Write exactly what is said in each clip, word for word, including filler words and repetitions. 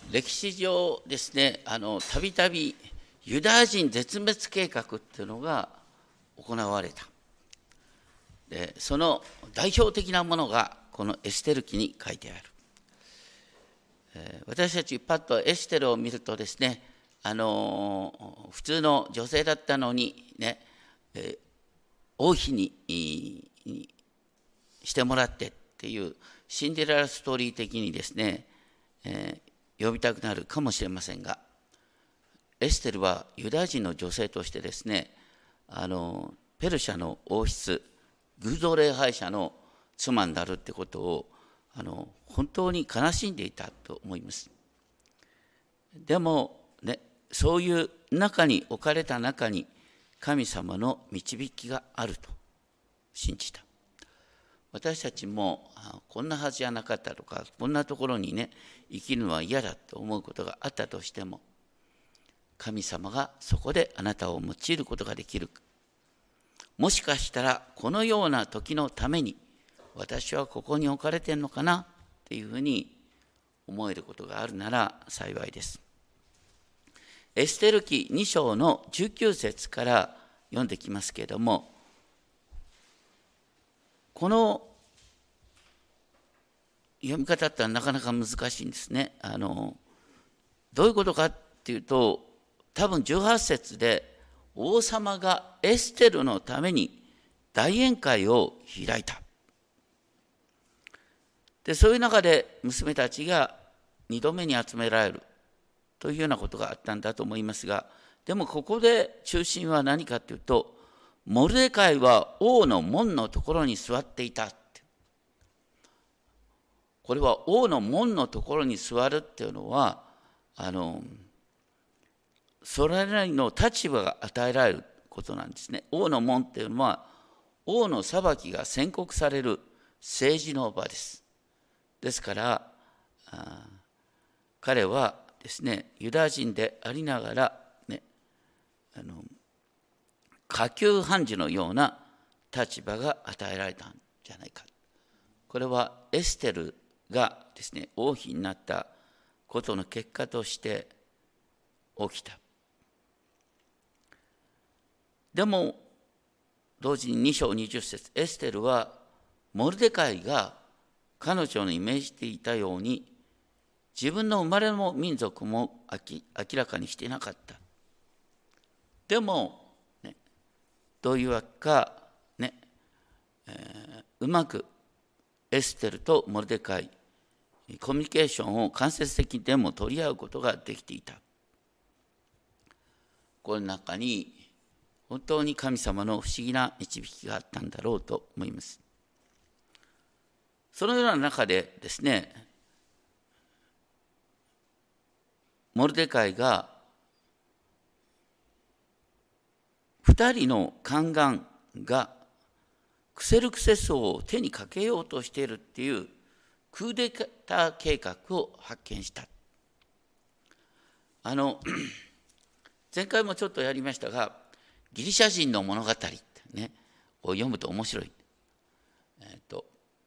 歴史上ですね、あのたびたびユダヤ人絶滅計画っていうのが行われた。で、その代表的なものがこのエステル記に書いてある。えー、私たちパッとエステルを見るとですね、あのー、普通の女性だったのにね、えー、王妃にしてもらってっていうシンデレラストーリー的にですね、えー、呼びたくなるかもしれませんが、エステルはユダヤ人の女性としてですね、あのペルシャの王室偶像礼拝者の妻になるってことをあの本当に悲しんでいたと思います。でもね、そういう中に置かれた中に神様の導きがあると信じた。私たちもこんなはずじゃなかったとか、こんなところにね生きるのは嫌だと思うことがあったとしても、神様がそこであなたを用いることができる。もしかしたらこのような時のために私はここに置かれてんのかなっていうふうに思えることがあるなら幸いです。エステル記に章のじゅうきゅう節から読んできますけれども、この読み方ってなかなか難しいんですね。あのどういうことかっていうと、多分じゅうはち節で王様がエステルのために大宴会を開いた。で、そういう中で娘たちがにどめに集められるというようなことがあったんだと思いますが、でもここで中心は何かというと、モルデカイは王の門のところに座っていたって。これは王の門のところに座るっていうのは、あのそれなりの立場が与えられることなんですね。王の門っていうのは王の裁きが宣告される政治の場です。ですから彼はですね、ユダヤ人でありながら、ね、あの下級判事のような立場が与えられたんじゃないか。これはエステルがですね、王妃になったことの結果として起きた。でも同時にに章にじゅう節、エステルはモルデカイが彼女に命じていたように自分の生まれの民族も明らかにしていなかった。でも、ね、どういうわけか、ねえー、うまくエステルとモルデカイコミュニケーションを間接的でも取り合うことができていた。この中に本当に神様の不思議な導きがあったんだろうと思います。そのような中でですね、モルデカイが二人の宦官がクセルクセス王を手にかけようとしているっていうクーデター計画を発見した。あの前回もちょっとやりましたが、ギリシャ人の物語って、ね、を読むと面白い。えーと、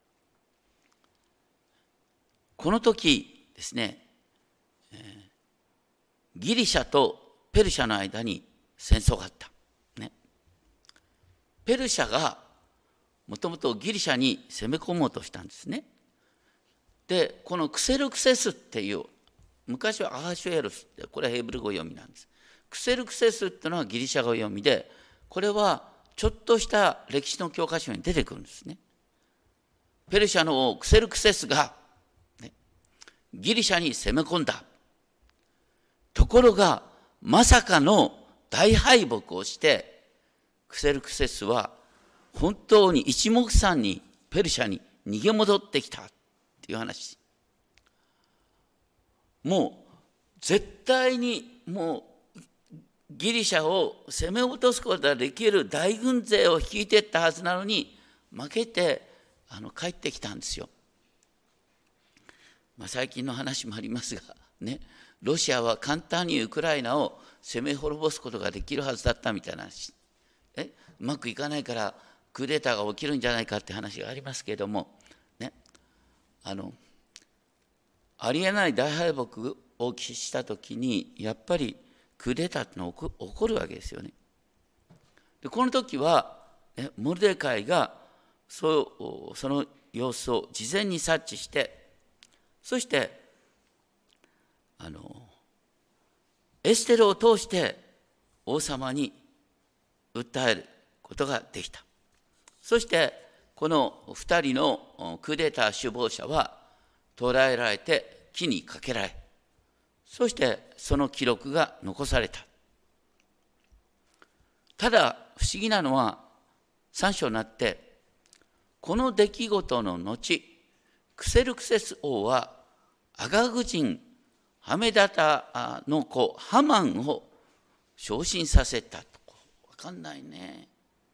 この時ですね、えー、ギリシャとペルシャの間に戦争があった。ね、ペルシャがもともとギリシャに攻め込もうとしたんですね。で、このクセルクセスっていう、昔はアハシュエロスって、これはヘブル語読みなんです。クセルクセスっていうのはギリシャ語読みで、これはちょっとした歴史の教科書に出てくるんですね。ペルシャの王クセルクセスが、ね、ギリシャに攻め込んだ。ところがまさかの大敗北をして、クセルクセスは本当に一目散にペルシャに逃げ戻ってきたっていう話。もう絶対にもうギリシャを攻め落とすことができる大軍勢を引いていったはずなのに、負けてあの帰ってきたんですよ。まあ、最近の話もありますがね、ロシアは簡単にウクライナを攻め滅ぼすことができるはずだったみたいな話。えうまくいかないからクーデターが起きるんじゃないかって話がありますけれども、ね、あのありえない大敗北をしたときに、やっぱりクーデターってのが起こるわけですよね。でこの時は、ね、モルデカイがそ, その様子を事前に察知して、そしてあのエステルを通して王様に訴えることができた。そしてこのふたりのクーデター首謀者は捕らえられて木にかけられ、そしてその記録が残された。ただ不思議なのはさん章になって、この出来事の後、クセルクセス王はアガグ人ハメダタの子ハマンを昇進させたと。分かんないね。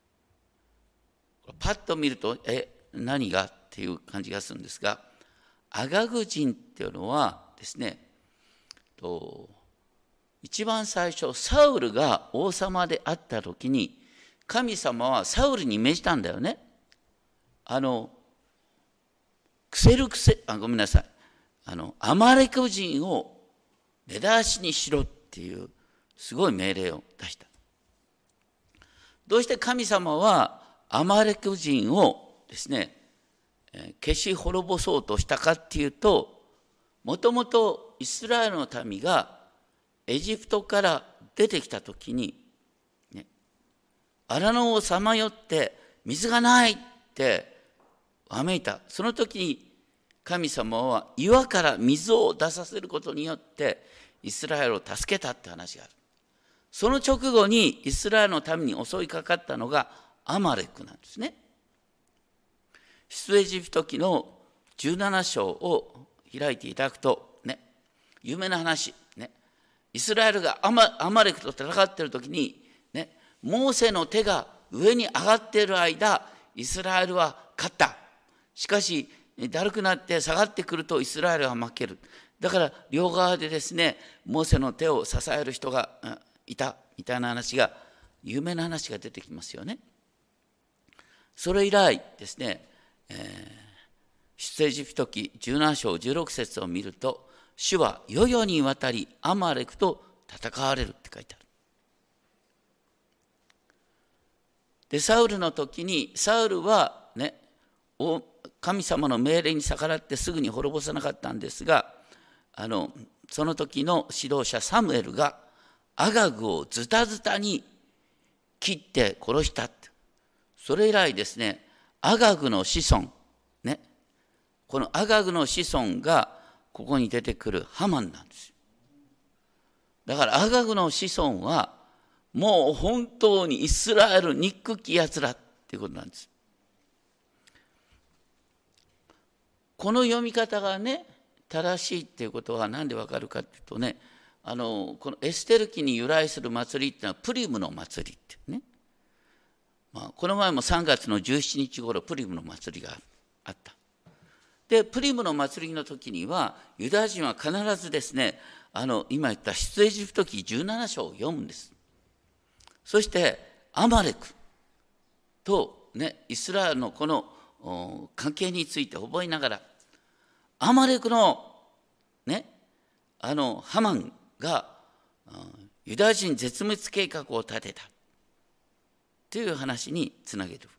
パッと見るとえ何がっていう感じがするんですが、アガグ人っていうのはですね、と一番最初サウルが王様であった時に、神様はサウルに命じたんだよね。あのクセルクセあごめんなさいあのアマレク人を根絶やしにしろっていうすごい命令を出した。どうして神様はアマレク人をですね消し滅ぼそうとしたかっていうと、もともとイスラエルの民がエジプトから出てきたときに、ね、荒野をさまよって水がないってわめいた。その時に神様は岩から水を出させることによってイスラエルを助けたって話がある。その直後にイスラエルの民に襲いかかったのがアマレクなんですね。出エジプト記のじゅうなな章を開いていただくとね、有名な話ね、イスラエルがア マ, アマレクと戦っている時にね、モーセの手が上に上がっている間、イスラエルは勝った。しかしだるくなって下がってくるとイスラエルは負ける。だから両側でですね、モーセの手を支える人がいたみたいな話が、有名な話が出てきますよね。それ以来ですね、えー、出エジプト記じゅうなな章じゅうろく節を見ると、主は世々にわたりアマレクと戦われるって書いてある。でサウルの時にサウルはね、神様の命令に逆らってすぐに滅ぼさなかったんですが、あのその時の指導者サムエルがアガグをズタズタに切って殺したって。それ以来ですね、アガグの子孫ね、このアガグの子孫がここに出てくるハマンなんですよ。だからアガグの子孫はもう本当にイスラエル憎きやつらっていうことなんです。この読み方がね正しいっていうことは何でわかるかっていうとね、あのこのエステル記に由来する祭りっていうのはプリムの祭りっていうね、まあ、この前もさんがつのじゅうしちにち頃プリムの祭りがあった。でプリムの祭りの時にはユダヤ人は必ずですね、あの今言った出エジプト記じゅうなな章を読むんです。そしてアマレクと、ね、イスラエルのこの関係について覚えながら、アマレクのね、あのハマンがユダヤ人絶滅計画を立てたという話につなげる。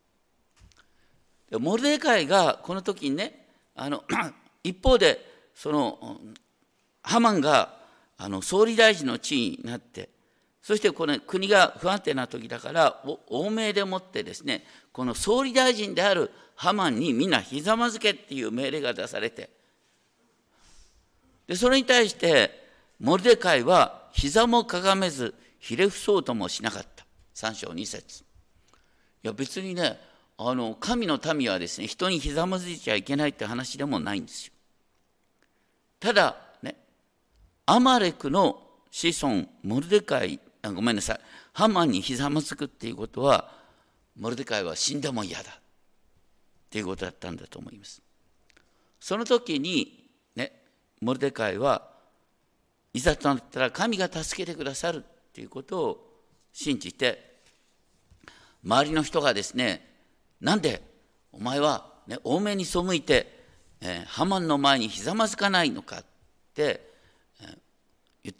モルデカイがこの時にね、あの一方でそのハマンがあの総理大臣の地位になって、そしてこの国が不安定な時だから欧米でもってですね、この総理大臣であるハマンにみんなひざまずけっていう命令が出されて、でそれに対してモルデカイは膝もかがめずひれ伏そうともしなかった。さん章に節。いや別にね、あの神の民はですね、人にひざまずいちゃいけないって話でもないんですよ。ただね、アマレクの子孫モルデカイ、あごめんなさい、ハマンにひざまずくっていうことは、モルデカイは死んでも嫌だっていうことだったんだと思います。その時にね、モルデカイはいざとなったら神が助けてくださるっていうことを信じて、周りの人がですね、なんでお前は、ね、欧米に背いて、えー、ハマンの前にひざまずかないのかって、えー、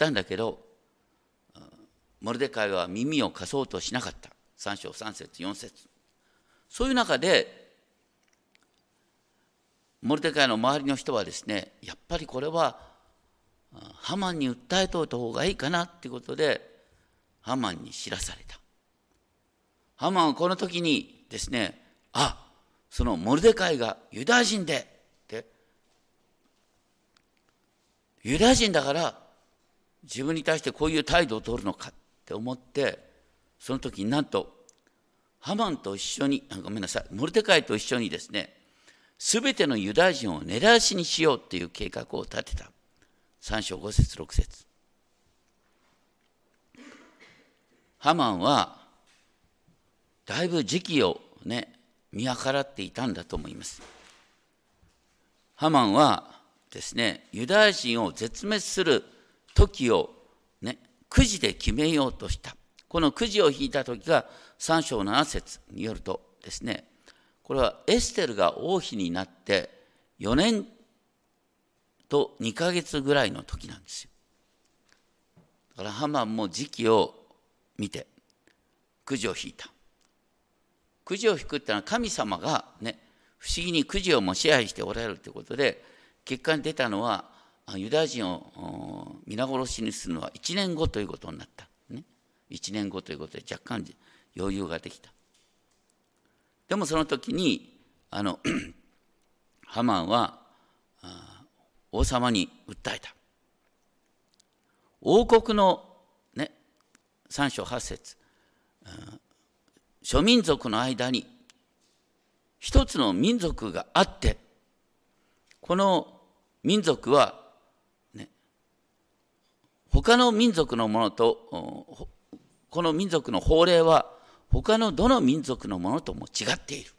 ったんだけど、モルデカイは耳を貸そうとしなかった。さん章さん節よん節。そういう中でモルデカイの周りの人はですね、やっぱりこれはハマンに訴えといた方がいいかなっていうことでハマンに知らされた。ハマンはこの時にですね、あ、そのモルデカイがユダヤ人でってユダヤ人だから自分に対してこういう態度を取るのかって思って、その時になんとハマンと一緒に、ごめんなさい、モルデカイと一緒にですね、すべてのユダヤ人を根絶やしにしようっていう計画を立てた。さん章ご節ろく節。ハマンはだいぶ時期をね見計らっていたんだと思います。ハマンはですね、ユダヤ人を絶滅する時をねくじで決めようとした。このくじを引いた時がさん章なな節によるとですね、これはエステルが王妃になってよねんとにかげつぐらいの時なんですよ。だからハマンも時期を見てくじを引いた。くじを引くってのは神様がね、不思議にくじをも支配しておられるということで、結果に出たのはユダヤ人を皆殺しにするのはいちねんごということになった、ね、いちねんごということで若干余裕ができた。でもその時にあのハマンは王様に訴えた。王国のねさん章はち節、諸民族の間に一つの民族があって、この民族は、ね、他の民族のものと、この民族の法令は他のどの民族のものとも違っている。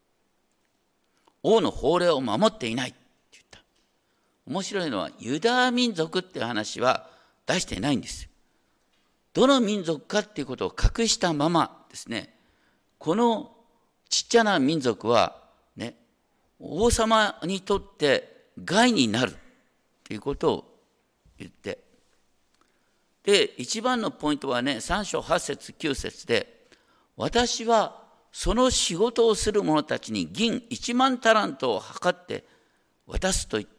王の法令を守っていないって言った。面白いのはユダヤ民族っていう話は出していないんですよ。どの民族かっていうことを隠したままですね、このちっちゃな民族はね、王様にとって害になるということを言って、で一番のポイントはね、さん章はち節きゅう節で、私はその仕事をする者たちに銀いちまんタラントを測って渡すと言って、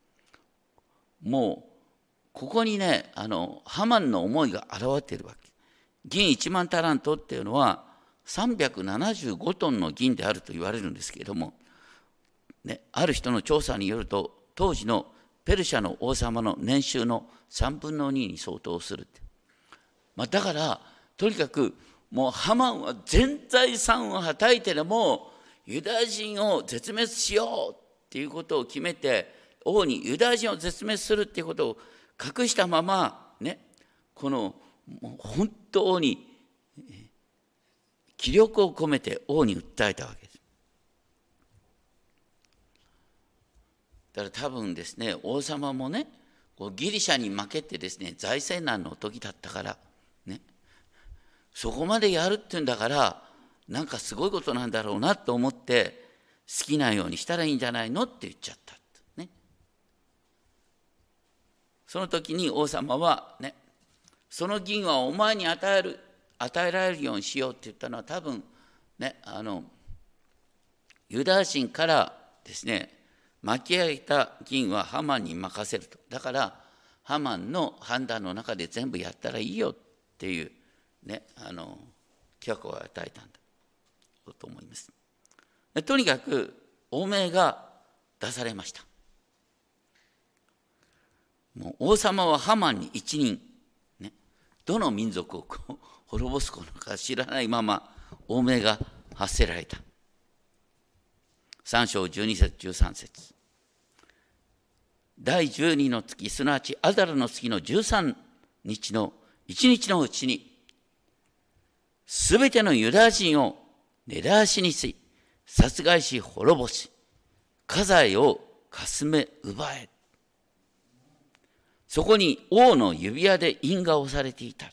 もうここにね、あのハマンの思いが現れているわけ。銀いちまんタラントっていうのはさんびゃくななじゅうごトンの銀であると言われるんですけれども、ね、ある人の調査によると、当時のペルシャの王様の年収のさんぶんのにに相当するって、まあ、だからとにかくもうハマンは全財産をはたいてでもユダヤ人を絶滅しようっていうことを決めて、王にユダヤ人を絶滅するっていうことを隠したままね、このもう本当に気力を込めて王に訴えたわけです。だから多分ですね、王様もね、こうギリシャに負けてですね、財政難の時だったからね、そこまでやるっていうんだからなんかすごいことなんだろうなと思って、好きなようにしたらいいんじゃないのって言っちゃったね。その時に王様はね、その銀はお前に与える与えられるようにしようって言ったのは、多分ね、あのユダヤ人からですね巻き上げた銀はハマンに任せると。だからハマンの判断の中で全部やったらいいよっていうね、あの許可を与えたんだと思います。とにかく王命が出されました。もう王様はハマンに一任、ね、どの民族をこう滅ぼすのか知らないまま王命が発せられた。さん章じゅうに節じゅうさん節。だいじゅうにの月、すなわちアダルの月のじゅうさんにちの一日のうちに、すべてのユダヤ人を根絶やしにし、殺害し滅ぼし、家財をかすめ奪え。そこに王の指輪で印が押されていた。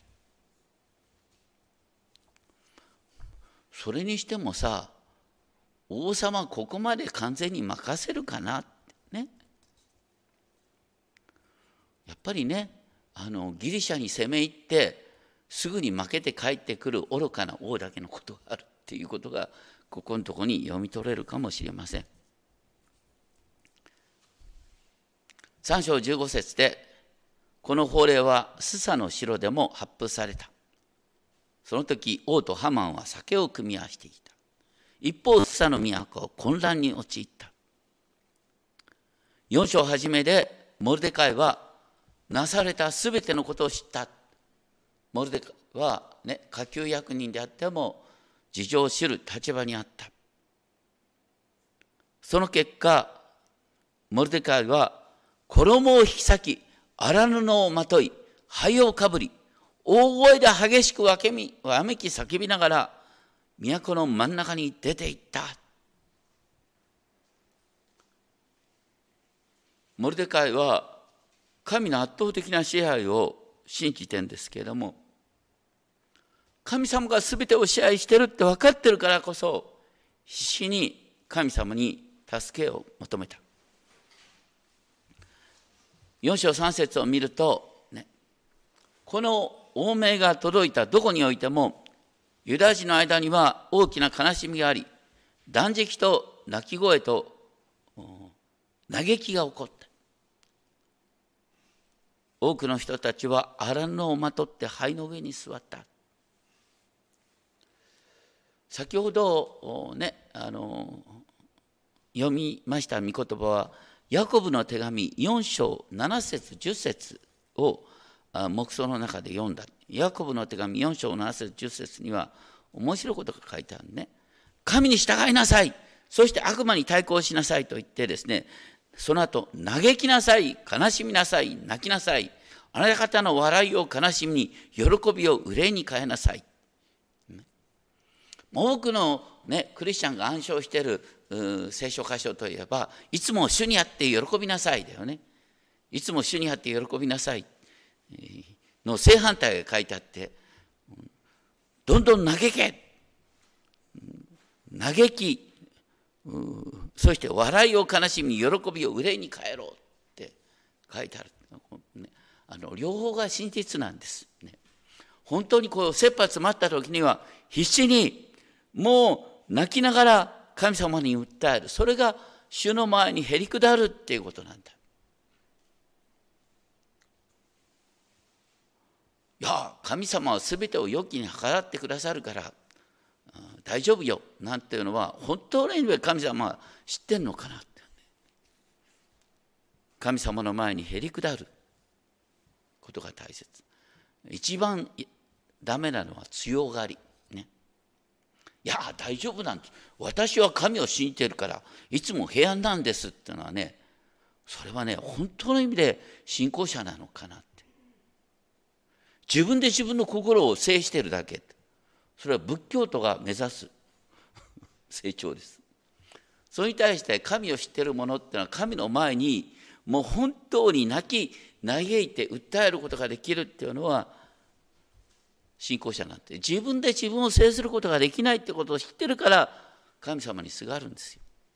それにしてもさ、王様ここまで完全に任せるかなってね。やっぱりね、 あのギリシャに攻め入ってすぐに負けて帰ってくる愚かな王だけのことがあるっていうことがここのところに読み取れるかもしれません。さん章じゅうご節で、この法令はスサの城でも発布された。その時王とハマンは酒を酌み合わせていた。一方スサの都は混乱に陥った。よん章初めでモルデカイはなされたすべてのことを知った。モルデカイは、ね、下級役人であっても事情を知る立場にあった。その結果モルデカイは衣を引き裂き荒布をまとい灰をかぶり大声で激しくわけみわめき叫びながら都の真ん中に出て行った。モルデカイは神の圧倒的な支配を信じてるんですけれども、神様が全てを支配してるって分かってるからこそ必死に神様に助けを求めた。よん章さん節を見ると、ね、この王命が届いたどこにおいてもユダヤ人の間には大きな悲しみがあり、断食と泣き声と嘆きが起こった。多くの人たちは荒布をまとって灰の上に座った。先ほど、ね、あの読みました御言葉はヤコブの手紙よん章なな節じゅっ節を黙想の中で読んだ。ヤコブの手紙よん章なな節じゅっ節には面白いことが書いてあるね。神に従いなさい、そして悪魔に対抗しなさいと言ってですね、その後嘆きなさい、悲しみなさい、泣きなさい、あなた方の笑いを悲しみに喜びを憂いに変えなさい。多くの、ね、クリスチャンが暗唱している聖書箇所といえば、いつも主にあって喜びなさいだよね。いつも主にあって喜びなさいの正反対が書いてあって、どんどん嘆け、嘆き、そして笑いを悲しみ喜びを憂いに変えろって書いてある。あの両方が真実なんです、ね。本当にこう切羽詰まった時には必死にもう泣きながら神様に訴える。それが主の前にへり下るっていうことなんだ。いや、神様は全てを良きに計らってくださるから大丈夫よなんていうのは、本当の意味で神様は知ってんのかなって。神様の前にへり下ることが大切。一番ダメなのは強がり、ね、いや大丈夫なんです、私は神を信じているからいつも平安なんですっていうのはね、それはね本当の意味で信仰者なのかなって。自分で自分の心を制しているだけ、それは仏教徒が目指す成長です。それに対して神を知っている者っていうのは神の前にもう本当に泣き嘆いて訴えることができるっていうのは信仰者なんて、自分で自分を制することができないってことを知ってるから神様にすがるんですよ。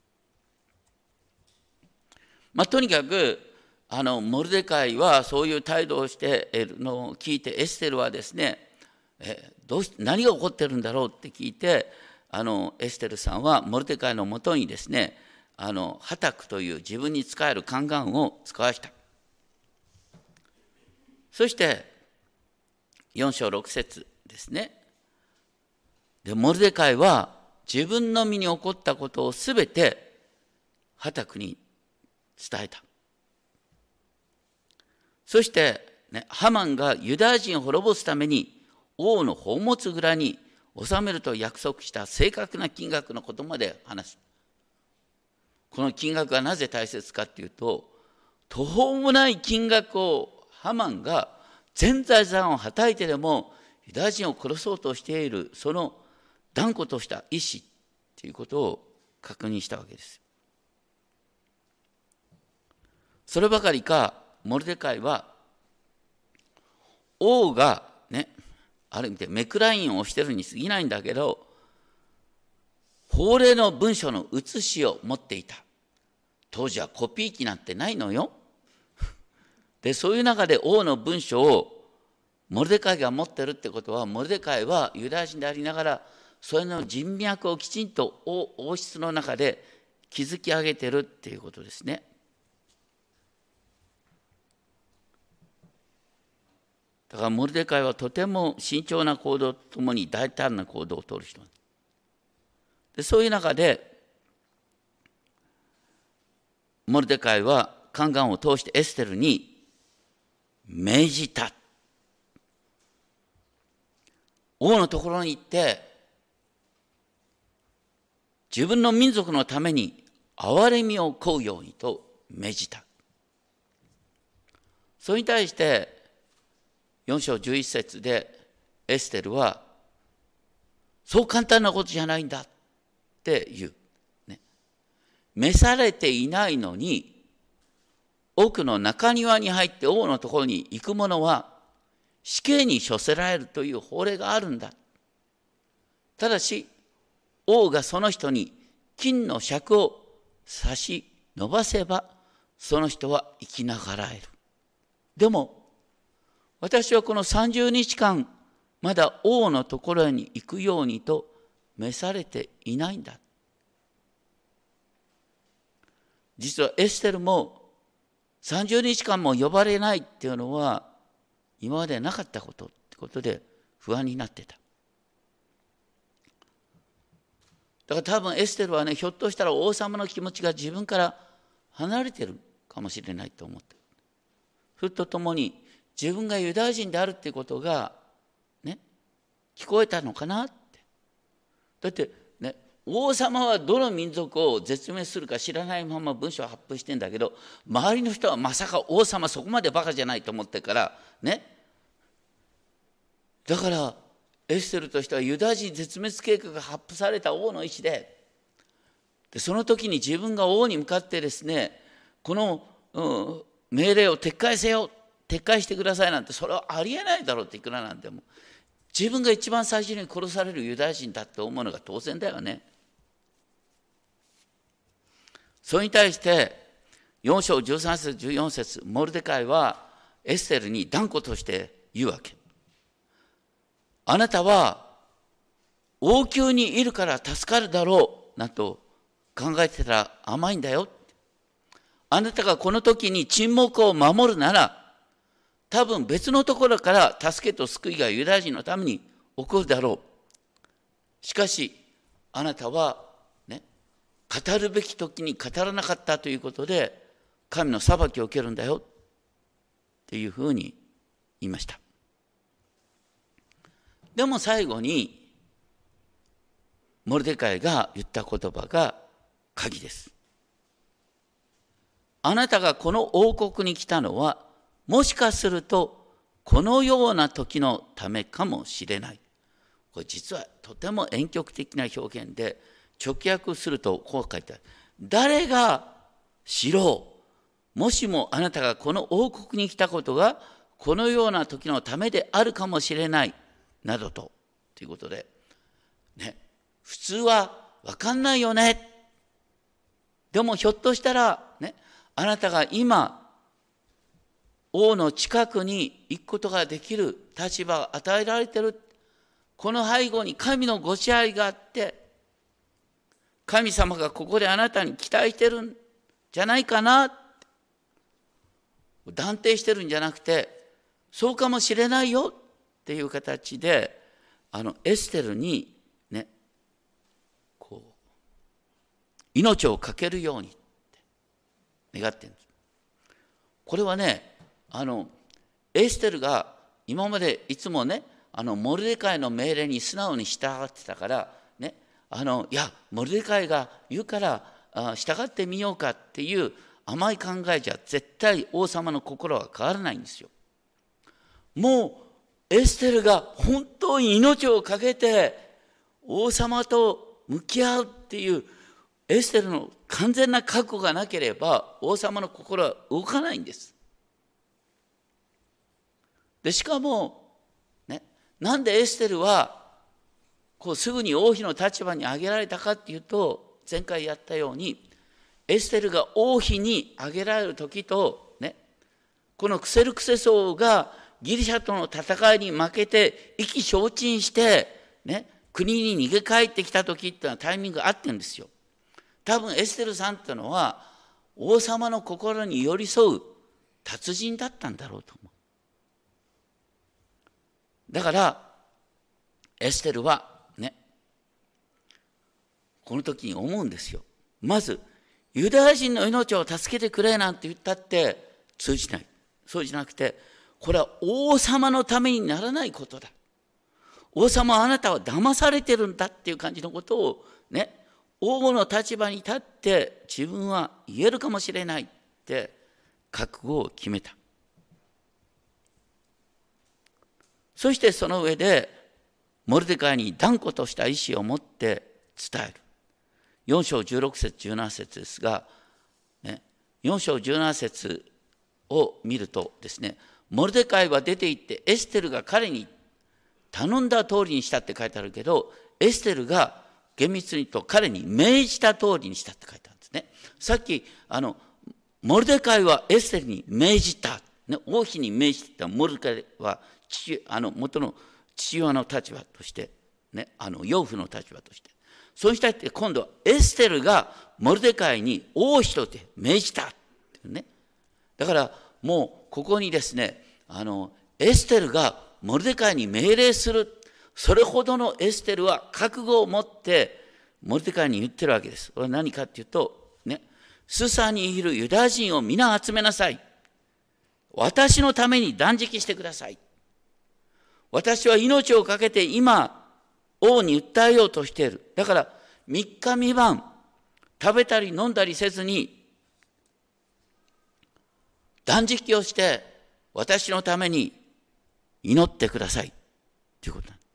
まあ、とにかくあのモルデカイはそういう態度をしているのを聞いて、エステルはですね、えどうして何が起こってるんだろうって聞いて、あのエステルさんはモルデカイのもとにですね、あのハタクという自分に仕える宦官を使わした。そしてよん章ろく節ですね。でモルデカイは自分の身に起こったことをすべてハタクに伝えた。そして、ね、ハマンがユダヤ人を滅ぼすために王の宝物蔵に収めると約束した正確な金額のことまで話す。この金額がなぜ大切かっていうと、途方もない金額をハマンが全財産をはたいてでもユダヤ人を殺そうとしている、その断固とした意志ということを確認したわけです。そればかりかモルデカイは王がね、ある意味でメクラインをしてるに過ぎないんだけど、法令の文書の写しを持っていた。当時はコピー機なんてないのよ。 で、そういう中で王の文書をモルデカイが持ってるってことは、モルデカイはユダヤ人でありながら、それの人脈をきちんと王室の中で築き上げてるっていうことですね。だからモルデカイはとても慎重な行動とともに大胆な行動を取る人で、そういう中でモルデカイは宦官を通してエステルに命じた。王のところに行って自分の民族のために憐れみを請うようにと命じた。それに対してよん章じゅういち節でエステルはそう簡単なことじゃないんだって言う。ね、召されていないのに奥の中庭に入って王のところに行く者は死刑に処せられるという法令があるんだ。ただし王がその人に金の尺を差し伸ばせばその人は生きながらえる。でも私はこのさんじゅうにちかんまだ王のところに行くようにと召されていないんだ。実はエステルもさんじゅうにちかんも呼ばれないっていうのは今までなかったことってことで不安になってた。だから多分エステルはね、ひょっとしたら王様の気持ちが自分から離れてるかもしれないと思ってる。それとともに自分がユダヤ人であるっていうことがね、聞こえたのかなって。だってね、王様はどの民族を絶滅するか知らないまま文書を発表してんだけど、周りの人はまさか王様そこまでバカじゃないと思ってからね。だからエステルとしてはユダヤ人絶滅計画が発布された王の意思で、でその時に自分が王に向かってですね、この、うん、命令を撤回せよ、撤回してくださいなんて、それはありえないだろうっていくらなんでも、自分が一番最初に殺されるユダヤ人だって思うのが当然だよね。それに対してよん章じゅうさん節じゅうよん節、モルデカイはエステルに断固として言うわけ。あなたは王宮にいるから助かるだろうなと考えてたら甘いんだよ。あなたがこの時に沈黙を守るなら、多分別のところから助けと救いがユダヤ人のために起こるだろう。しかしあなたはね、語るべき時に語らなかったということで神の裁きを受けるんだよっていうふうに言いました。でも最後にモルデカイが言った言葉が鍵です。あなたがこの王国に来たのはもしかするとこのような時のためかもしれない。これ実はとても婉曲的な表現で、直訳するとこう書いてある。誰が知ろう。もしもあなたがこの王国に来たことがこのような時のためであるかもしれないなどと。ということで、ね、普通は分かんないよね。でもひょっとしたらね、あなたが今王の近くに行くことができる立場が与えられている。この背後に神のご支配があって、神様がここであなたに期待してるんじゃないかな。断定してるんじゃなくて、そうかもしれないよっていう形で、あのエステルにね、こう命を懸けるようにって願ってるんです。これはね、あのエステルが今までいつもね、あのモルデカイの命令に素直に従ってたからね、あのいやモルデカイが言うからあ従ってみようかっていう甘い考えじゃ絶対王様の心は変わらないんですよ。もうエステルが本当に命を懸けて王様と向き合うっていうエステルの完全な覚悟がなければ王様の心は動かないんです。でしかも、ね、なんでエステルはこうすぐに王妃の立場に上げられたかっていうと、前回やったようにエステルが王妃に上げられる時とね、 このクセルクセス王がギリシャとの戦いに負けて意気消沈して、ね、国に逃げ帰ってきた時っていうのはタイミングがあってんですよ。多分エステルさんっていうのは王様の心に寄り添う達人だったんだろうと思う。だからエステルはね、この時に思うんですよ。まずユダヤ人の命を助けてくれなんて言ったって通じない。そうじゃなくて、これは王様のためにならないことだ。王様はあなたは騙されてるんだっていう感じのことをね、王の立場に立って自分は言えるかもしれないって覚悟を決めた。そしてその上でモルデカイに断固とした意志を持って伝える。よん章じゅうろく節じゅうなな節ですが、ね、よん章じゅうなな節を見るとですね、モルデカイは出て行ってエステルが彼に頼んだ通りにしたって書いてあるけど、エステルが厳密にと彼に命じた通りにしたって書いてあるんですね。さっきあのモルデカイはエステルに命じた、ね、王妃に命じてた。モルデカイは父あの元の父親の立場として、ね、あの養父の立場として、そうしたって今度はエステルがモルデカイに王妃として命じたっていうね。だからもうここにですね、あのエステルがモルデカイに命令する、それほどのエステルは覚悟を持ってモルデカイに言ってるわけです。これは何かっていうとね、スサにいるユダヤ人を皆集めなさい。私のために断食してください。私は命を懸けて今王に訴えようとしている。だからみっかみばん食べたり飲んだりせずに断食をして私のために祈ってくださいということなんです。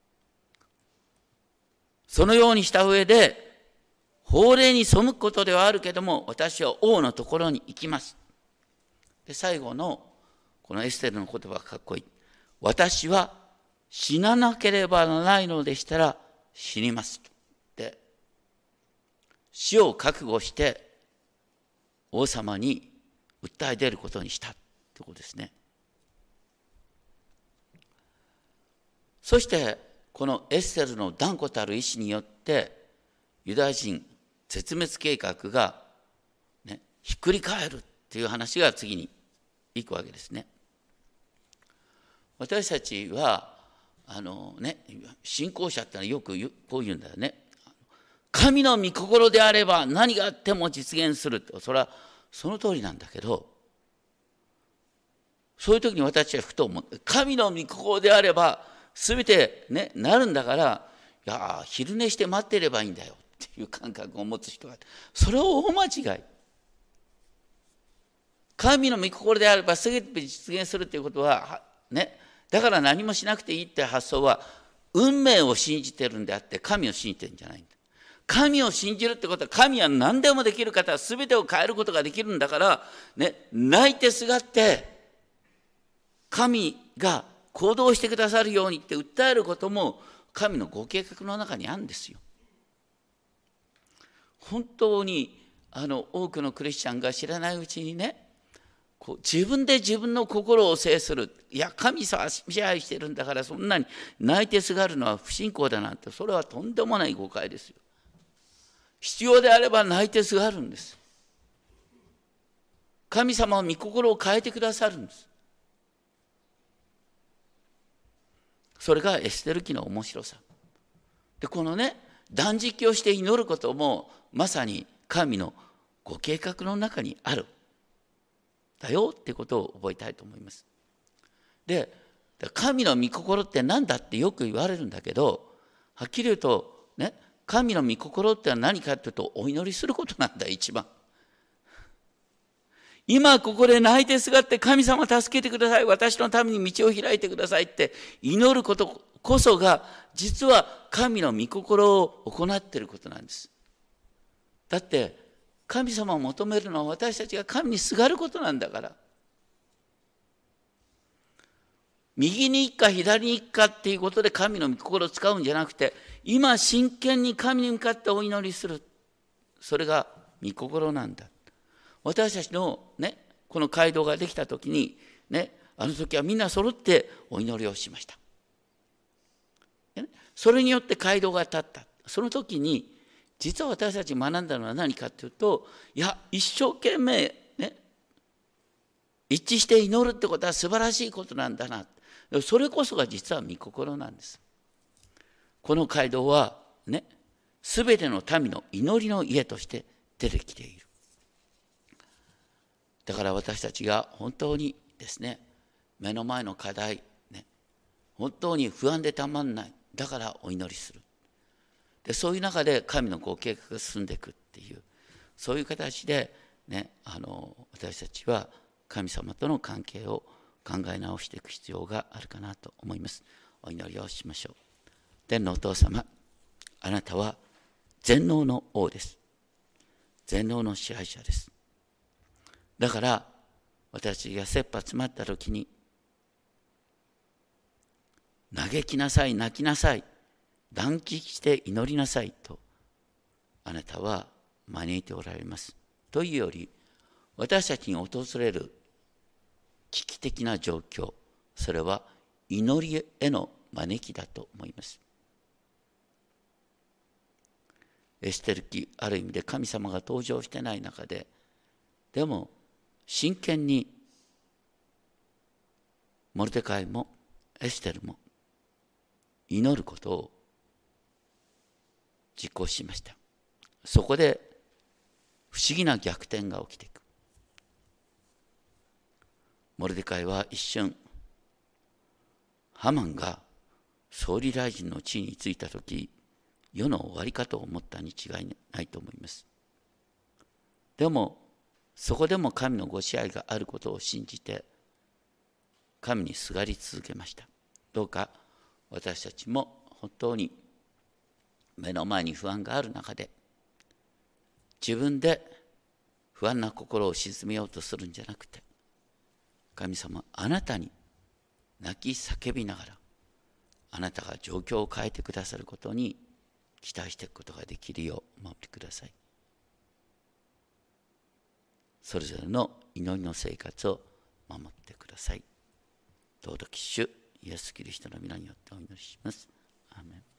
そのようにした上で法令に背くことではあるけども、私は王のところに行きます。で最後のこのエステルの言葉がかっこいい。私は死ななければならないのでしたら死にますと。で死を覚悟して王様に訴え出ることにしたということですね。そしてこのエステルの断固たる意志によってユダヤ人絶滅計画が、ね、ひっくり返るっていう話が次にいくわけですね。私たちはあのね、信仰者ってのはよくこう言うんだよね。神の御心であれば何があっても実現すると。それはその通りなんだけど、そういう時に私はふと思う。神の御心であれば全てねなるんだから、いや昼寝して待ってればいいんだよっていう感覚を持つ人がいる。それは大間違い。神の御心であれば全て実現するということはね、だから何もしなくていいって発想は運命を信じてるんであって神を信じてるんじゃないんだ。神を信じるってことは、神は何でもできる方は全てを変えることができるんだから、ね、泣いてすがって神が行動してくださるようにって訴えることも神のご計画の中にあるんですよ。本当にあの多くのクリスチャンが知らないうちにね、こう自分で自分の心を制する、いや神様は支配してるんだからそんなに泣いてすがるのは不信仰だなんて、それはとんでもない誤解ですよ。必要であれば泣いてすがるんです。神様は御心を変えてくださるんです。それがエステル記の面白さで、このね断食をして祈ることもまさに神のご計画の中にあるだよってことを覚えたいと思います。で、神の御心って何だってよく言われるんだけど、はっきり言うとね、神の御心って何かっていうと、お祈りすることなんだ一番。今ここで泣いてすがって神様助けてください、私のために道を開いてくださいって祈ることこそが実は神の御心を行っていることなんです。だって神様を求めるのは私たちが神にすがることなんだから。右に行くか左に行くかっていうことで神の御心を使うんじゃなくて、今真剣に神に向かってお祈りする、それが御心なんだ。私たちのねこの街道ができた時にね、あの時はみんな揃ってお祈りをしました。それによって街道が立った。その時に実は私たち学んだのは何かというと、いや一生懸命ね一致して祈るってことは素晴らしいことなんだな。それこそが実は御心なんです。この街道はね、すべての民の祈りの家として出てきている。だから私たちが本当にですね、目の前の課題、ね、本当に不安でたまんない。だからお祈りする。でそういう中で神のご計画が進んでいくっていう、そういう形で、ね、あの私たちは神様との関係を考え直していく必要があるかなと思います。お祈りをしましょう。天のお父様、あなたは全能の王です。全能の支配者です。だから私が切羽詰まった時に、嘆きなさい、泣きなさい、断食して祈りなさいとあなたは招いておられます。というより、私たちに訪れる危機的な状況、それは祈りへの招きだと思います。エステル記、ある意味で神様が登場してない中で、でも真剣にモルデカイもエステルも祈ることを実行しました。そこで不思議な逆転が起きていく。モルデカイは一瞬、ハマンが総理大臣の地位についたとき、世の終わりかと思ったに違いないと思います。でもそこでも神のご支配があることを信じて神にすがり続けました。どうか私たちも本当に目の前に不安がある中で、自分で不安な心を鎮めようとするんじゃなくて、神様、あなたに泣き叫びながら、あなたが状況を変えてくださることに期待していくことができるようお守りください。それぞれの祈りの生活を守ってください。尊き主イエスキリストの皆によってお祈りします。アーメン。